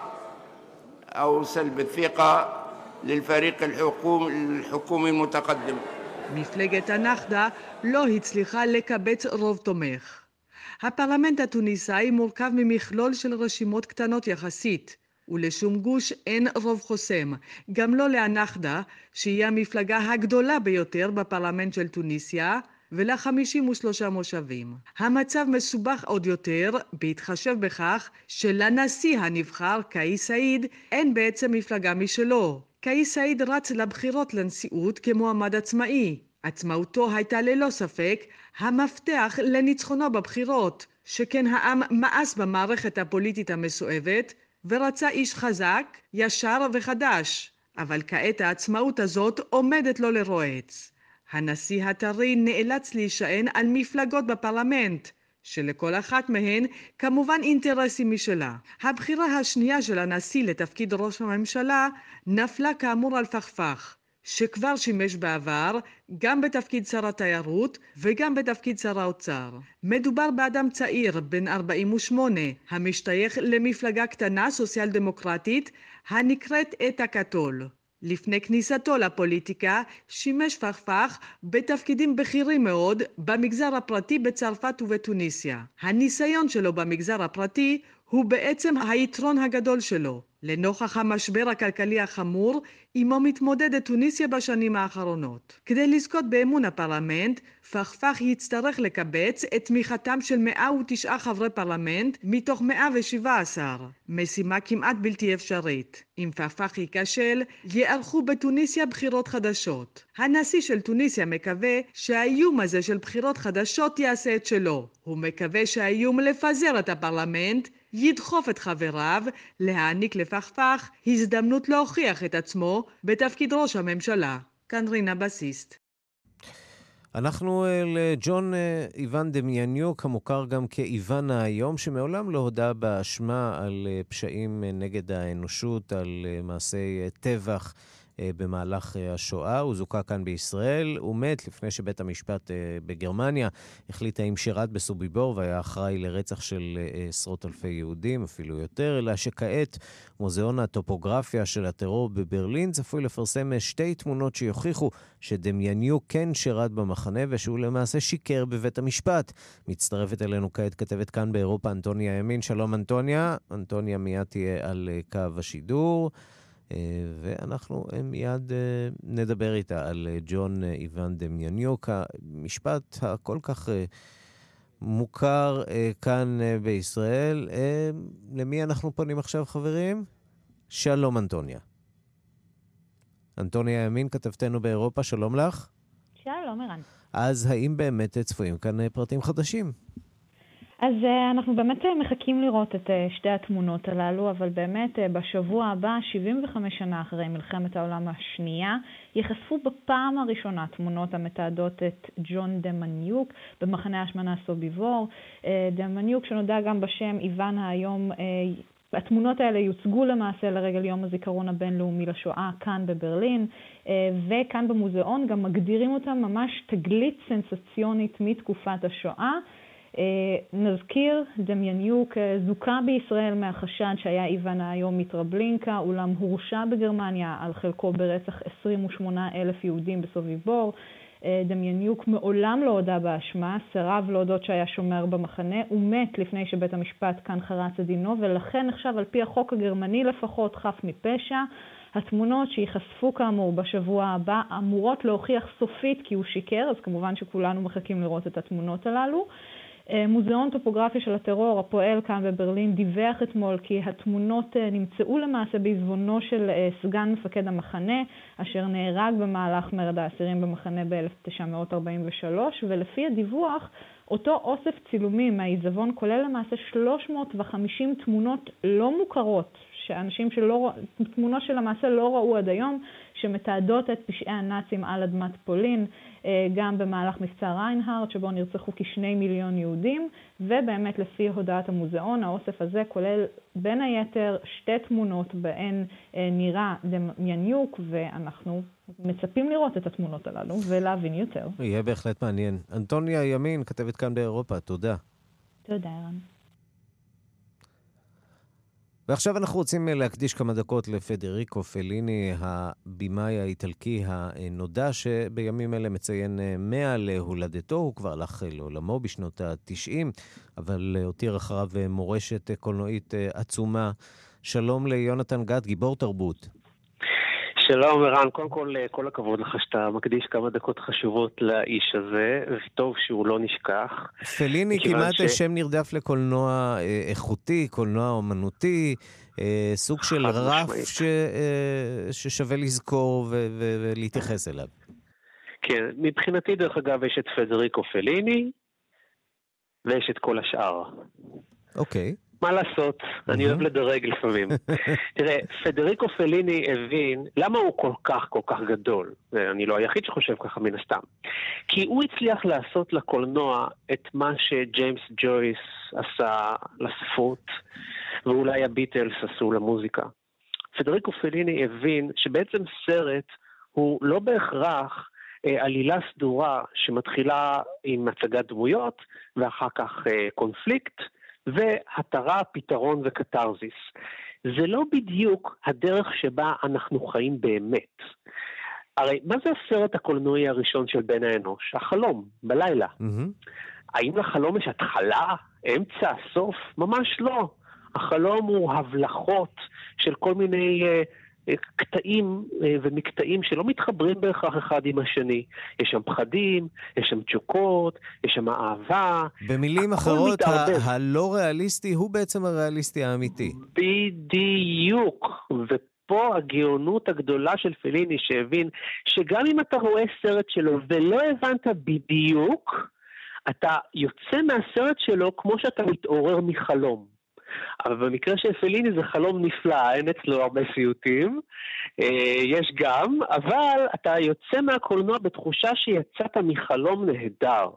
أو سلب الثقة للفريق الحكومي المتقدم. מפלגת הנחדה לא הצליחה לקבץ רוב תומך. הפרלמנט התוניסאי מורכב ממכלול של רשימות קטנות יחסית. ולשום גוש אין רוב חוסם, גם לא להנחדה, שהיא המפלגה הגדולה ביותר בפרלמנט של טוניסיה, ול-53 מושבים. המצב מסובך עוד יותר, בהתחשב בכך שלנשיא הנבחר, קאיס סעיד, אין בעצם מפלגה משלו. קאיס סעיד רץ לבחירות לנשיאות כמועמד עצמאי. עצמאותו הייתה ללא ספק המפתח לניצחונו בבחירות, שכן העם מאס במערכת הפוליטית המסואבת, ורצה איש חזק, ישר וחדש, אבל כעת העצמאות הזאת עומדת לו לרועץ. הנשיא הטרי נאלץ להישען על מפלגות בפרלמנט, שלכל אחת מהן כמובן אינטרסים משלה. הבחירה השנייה של הנשיא לתפקיד ראש הממשלה נפלה כאמור על פחפח, שכבר שימש בעבר גם בתפקיד שר התיירות וגם בתפקיד שר האוצר. מדובר באדם צעיר בן 48 המשתייך למפלגה קטנה סוציאל דמוקרטית הנקראת את הקתול. לפני כניסתו לפוליטיקה שימש פחפח בתפקידים בכירים מאוד במגזר הפרטי בצרפת ובטוניסיה. הניסיון שלו במגזר הפרטי הוא בעצם היתרון הגדול שלו. לנוכח המשבר הכלכלי החמור, עמו מתמודדת טוניסיה בשנים האחרונות. כדי לזכות באמון הפרלמנט, פחפח יצטרך לקבץ את תמיכתם של 109 חברי פרלמנט מתוך 117. משימה כמעט בלתי אפשרית. אם פחפח ייכשל, יערכו בטוניסיה בחירות חדשות. הנשיא של טוניסיה מקווה שהאיום הזה של בחירות חדשות יעשה את שלו. הוא מקווה שהאיום לפזר את הפרלמנט ידחוף את חבריו להעניק לפחפח הזדמנות להוכיח את עצמו בתפקיד ראש הממשלה. כאן רינה בסיסט. אנחנו לג'ון איוון דמיאניוק, המוכר גם כאיוון היום, שמעולם לא הודה באשמה על פשעים נגד האנושות, על מעשי טבח במהלך השואה. הוא זוכה כאן בישראל, הוא מת לפני שבית המשפט בגרמניה החליט האם שירת בסוביבור והיה אחראי לרצח של עשרות אלפי יהודים, אפילו יותר, אלא שכעת מוזיאון הטופוגרפיה של הטרור בברלין צפוי לפרסם שתי תמונות שיוכיחו שדמיאניוק כן שירת במחנה ושהוא למעשה שיקר בבית המשפט. מצטרפת אלינו כעת כתבת כאן באירופה אנטוניה ימין. שלום אנטוניה. אנטוניה מיד תהיה על קו השידור. ואנחנו מיד נדבר איתה על ג'ון איוון דמיאניוק, המשפט הכל כך מוכר כאן בישראל. למי אנחנו פונים עכשיו, חברים? שלום אנטוניה. אנטוניה ימין, כתבתנו באירופה, שלום לך. שלום ערן. אז האם באמת צפויים כאן פרטים חדשים? אז אנחנו באמת מחכים לראות את שתי התמונות הללו, אבל באמת בשבוע הבא, 75 שנה אחרי מלחמת העולם השנייה, יחשפו בפעם הראשונה תמונות המתעדות את ג'ון דמיאניוק במחנה ההשמנה סוביבור. דמיאניוק שנודע גם בשם איוון היום, התמונות האלה יוצגו למעשה לרגל יום הזיכרון הבינלאומי לשואה כאן בברלין, וכאן במוזיאון גם מגדירים אותם ממש תגלית סנסציונית מתקופת השואה. נזכיר, דמיאניוק זוכה בישראל מהחשד שהיה איוון היום מטרבלינקה, אולם הורשע בגרמניה על חלקו ברצח 28,000 יהודים בסוביבור. דמיאניוק מעולם לא הודה באשמה, סירב להודות שהיה שומר במחנה, הוא מת לפני שבית המשפט כאן חרץ את דינו, ולכן נחשב על פי החוק הגרמני לפחות חף מפשע. התמונות שיחשפו כאמור בשבוע הבא אמורות להוכיח סופית כי הוא שיקר, אז כמובן שכולנו מחכים לראות את התמונות הללו. מוזיאון טופוגרפיה של הטרור הפועל כאן בברלין דיווח אתמול כי התמונות נמצאו למעשה בעזבונו של סגן מפקד המחנה, אשר נהרג במהלך מרד האסירים במחנה ב-1943, ולפי הדיווח, אותו אוסף צילומים מהעיזבון כולל למעשה 350 תמונות לא מוכרות, שאנשים תמונות שלמעשה לא ראו עד היום, שמתעדות את פשעי הנאצים על אדמת פולין, גם במהלך מבצע ריינהארט, שבו נרצחו כ2 מיליון יהודים, ובאמת לפי הודעת המוזיאון, האוסף הזה כולל בין היתר שתי תמונות בהן נראה דמיאניוק, ואנחנו מצפים לראות את התמונות הללו ולהבין יותר. יהיה בהחלט מעניין. אנטוניה ימין, כתבת כאן באירופה, תודה. תודה, ערן. ועכשיו אנחנו רוצים להקדיש כמה דקות לפדריקו פליני, הבימאי האיטלקי הנודע, שבימים אלה מציין 100 להולדתו. הוא כבר הלך לעולמו בשנות ה-90, אבל הותיר אחריו מורשת קולנועית עצומה. שלום ליונתן גת, גיבור תרבות. שלום ערן, קודם כל הכבוד לך שאתה מקדיש כמה דקות חשובות לאיש הזה, וטוב שהוא לא נשכח. פליני כמעט שם נרדף לקולנוע איכותי, קולנוע אומנותי, סוג של רף ששווה לזכור ולהתייחס אליו. כן, מבחינתי דרך אגב יש את פדריקו פליני, ויש את כל השאר. אוקיי. מה לעשות? אני אוהב לדרג לפעמים. תראה, פדריקו פליני הבין למה הוא כל כך גדול. ואני לא היחיד שחושב ככה מן הסתם. כי הוא הצליח לעשות לקולנוע את מה שג'יימס ג'ויס עשה לספרות, ואולי הביטלס עשו למוזיקה. פדריקו פליני הבין שבעצם סרט הוא לא בהכרח עלילה סדורה שמתחילה עם הצגת דמויות, ואחר כך קונפליקט, והתרה, פתרון וקטרזיס. זה לא בדיוק הדרך שבה אנחנו חיים באמת. הרי מה זה הסרט הקולנועי הראשון של בן האנוש? החלום, בלילה. האם לחלום יש התחלה, אמצע, סוף? ממש לא. החלום הוא הבלחות של כל מיני קטעים ומקטעים שלא מתחברים בהכרח אחד עם השני. יש שם פחדים, יש שם תשוקות, יש שם אהבה. במילים אחרות, הלא ריאליסטי הוא בעצם הריאליסטי האמיתי. בדיוק. ופה הגאונות הגדולה של פליני שהבין שגם אם אתה רואה סרט שלו ולא הבנת בדיוק, אתה יוצא מהסרט שלו כמו שאתה מתעורר מחלום. אבל במקרה של פליני זה חלום נפלא, אין אצלו הרבה סיוטים, יש גם, אבל אתה יוצא מהקולנוע בתחושה שיצאת מחלום נהדר.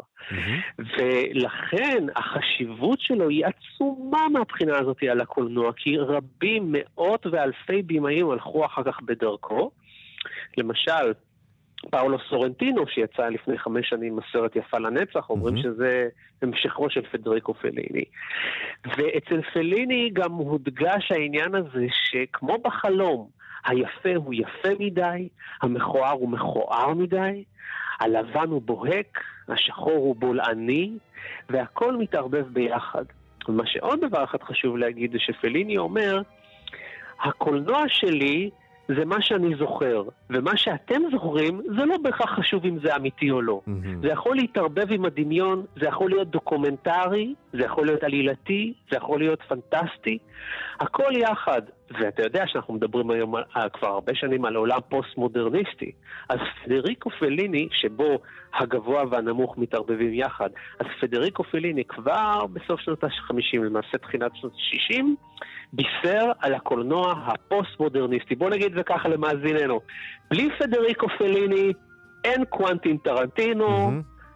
ולכן החשיבות שלו היא עצומה מהבחינה הזאת על הקולנוע, כי רבים, מאות ואלפי בימאים הלכו אחר כך בדרכו. למשל, פאולו סורנטינו, שיצא לפני 5 שנים הסרט יפה לנצח, אומרים שזה המשכו של פדריקו פליני. ואצל פליני גם הודגש העניין הזה שכמו בחלום, היפה הוא יפה מדי, המכוער הוא מכוער מדי, הלבן הוא בוהק, השחור הוא בולעני, והכל מתערבב ביחד. ומה שעוד דבר אחד חשוב להגיד זה שפליני אומר, הקולנוע שלי זה מה שאני זוכר, ומה שאתם זוכרים זה לא בהכרח חשוב אם זה אמיתי או לא. זה יכול להתערבב עם הדמיון, זה יכול להיות דוקומנטרי, זה יכול להיות עלילתי, זה יכול להיות פנטסטי, הכל יחד. ואתה יודע שאנחנו מדברים היום כבר הרבה שנים על עולם פוסט-מודרניסטי, אז פדריקו פליני, שבו הגבוה והנמוך מתערבבים יחד, אז פדריקו פליני כבר בסוף שנות ה-50, למעשה תחילת שנות ה-60, בישר על הקולנוע הפוסט-מודרניסטי. בוא נגיד זה ככה למאזיננו. בלי פדריקו פליני אין קוונטין טרנטינו,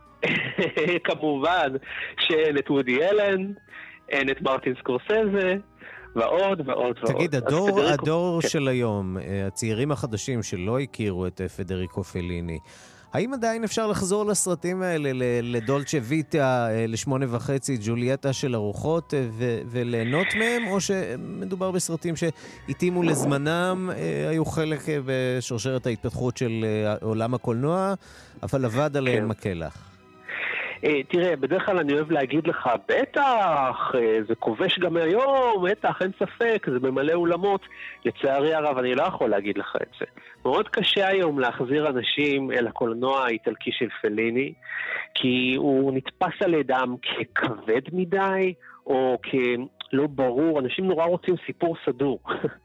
כמובן שאין את וודי אלן, אין את מרטין סקורסזה, ועוד ועוד ועוד. תגיד, הדור של היום, הצעירים החדשים שלא הכירו את פדריקו פליני, האם עדיין אפשר לחזור לסרטים האלה, לדולצ'ה ויטה, ל8.5, ג'ולייטה של ארוחות, וליהנות מהם, או שמדובר בסרטים שהתאימו לזמנם, היו חלק בשרשרת ההתפתחות של עולם הקולנוע, אבל עבד עליהם מקלח? תראה, בדרך כלל אני אוהב להגיד לך, בטח, זה כובש גם היום, בטח, אין ספק, זה ממלא אולמות. לצערי הרב, אני לא יכול להגיד לך את זה. מאוד קשה היום להחזיר אנשים אל הקולנוע האיטלקי של פליני, כי הוא נתפס על ידם ככבד מדי, או כלא ברור. אנשים נורא רוצים סיפור סדור.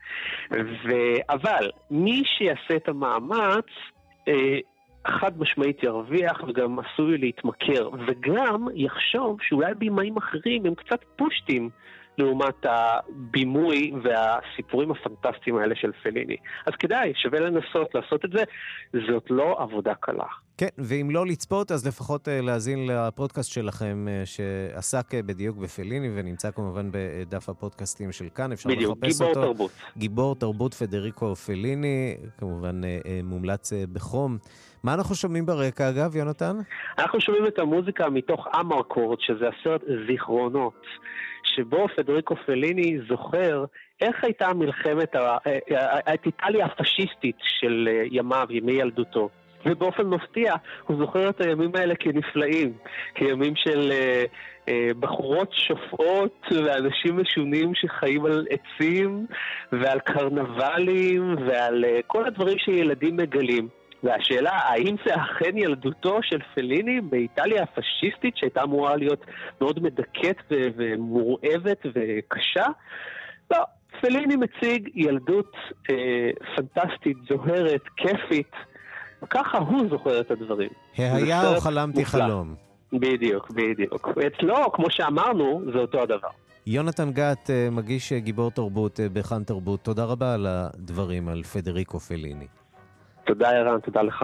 אבל מי שיעשה את המאמץ, חד משמעית ירוויח וגם עשוי להתמכר, וגם יחשוב שאולי בימאים אחרים הם קצת פושטים לעומת הבימוי והסיפורים הפנטסטיים האלה של פליני. אז כדאי, שווה לנסות לעשות את זה, זאת לא עבודה קלה. כן, ואם לא לצפות, אז לפחות להזין לפודקאסט שלכם שעסק בדיוק בפליני, ונמצא כמובן בדף הפודקאסטים של כאן, אפשר בדיוק, לחפש גיבור אותו. תרבות. גיבור תרבות פדריקו פליני, כמובן מומלץ בחום. מה אנחנו שומעים ברקע אגב, יונתן? אנחנו שומעים את המוזיקה מתוך אמרקורד, שזה הסרט זיכרונות, שבו פדריקו פליני זוכר איך הייתה מלחמת את איטליה הפשיסטית של ימיו, ימי ילדותו. ובאופן מפתיע, הוא זוכר את הימים האלה כנפלאים, כימים של בחורות שופעות ואנשים משונים שחיים על עצים ועל קרנבלים ועל כל הדברים שילדים מגלים. והשאלה, האם זה אכן ילדותו של פליני באיטליה הפשיסטית, שהייתה אמורה להיות מאוד מדכאת ומורעבת וקשה? לא, פליני מציג ילדות פנטסטית, זוהרת, כיפית, ככה הוא זוכר את הדברים. היה או חלמתי חלום. בדיוק, בדיוק. אצלו, כמו שאמרנו, זה אותו הדבר. יונתן גת, מגיש גיבור תרבות בכאן תרבות, תודה רבה על הדברים על פדריקו פליני. תודה ערן, תודה לך.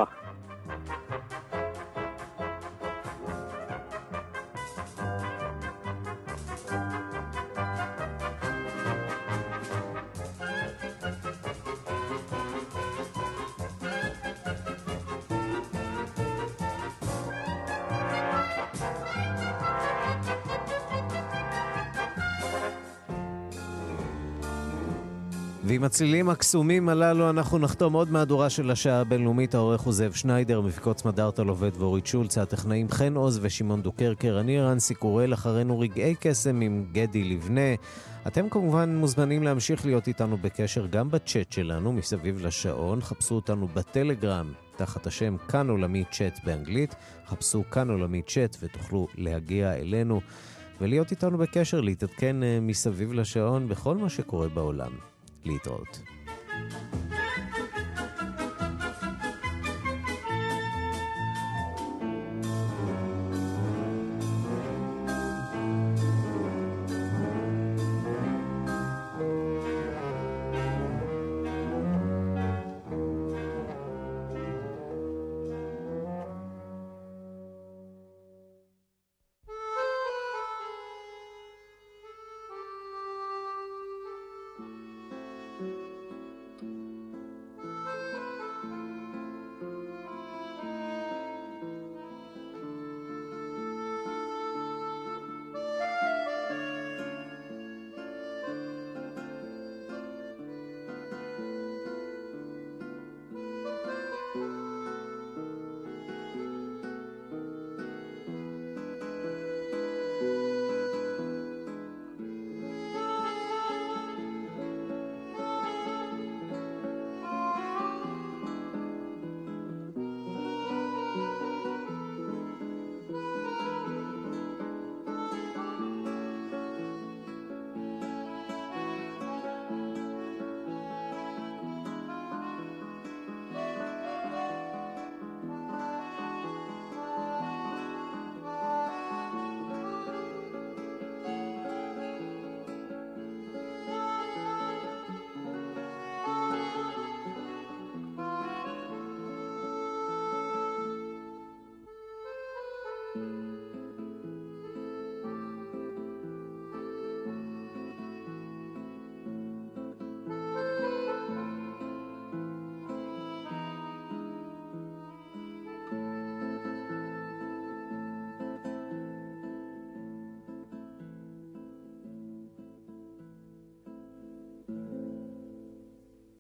ועם הצלילים הקסומים הללו אנחנו נחתום עוד מהדורה של השעה הבינלאומית. העורך הוא זאב שניידר, מפיקות סמדארטה לובד ואורית שולץ, הטכנאים חן עוז ושמעון דוקרקר. אני רנסי קורל, אחרינו רגעי קסם עם גדי לבנה. אתם כמובן מוזמנים להמשיך להיות איתנו בקשר גם בצ'אט שלנו מסביב לשעון. חפשו אותנו בטלגרם תחת השם כאן עולמי צ'אט באנגלית. חפשו כאן עולמי צ'אט ותוכלו להגיע אלינו ולהיות איתנו בקשר, להתעדכן מסביב לשעון בכל מה שקורה בעולם. להתראות.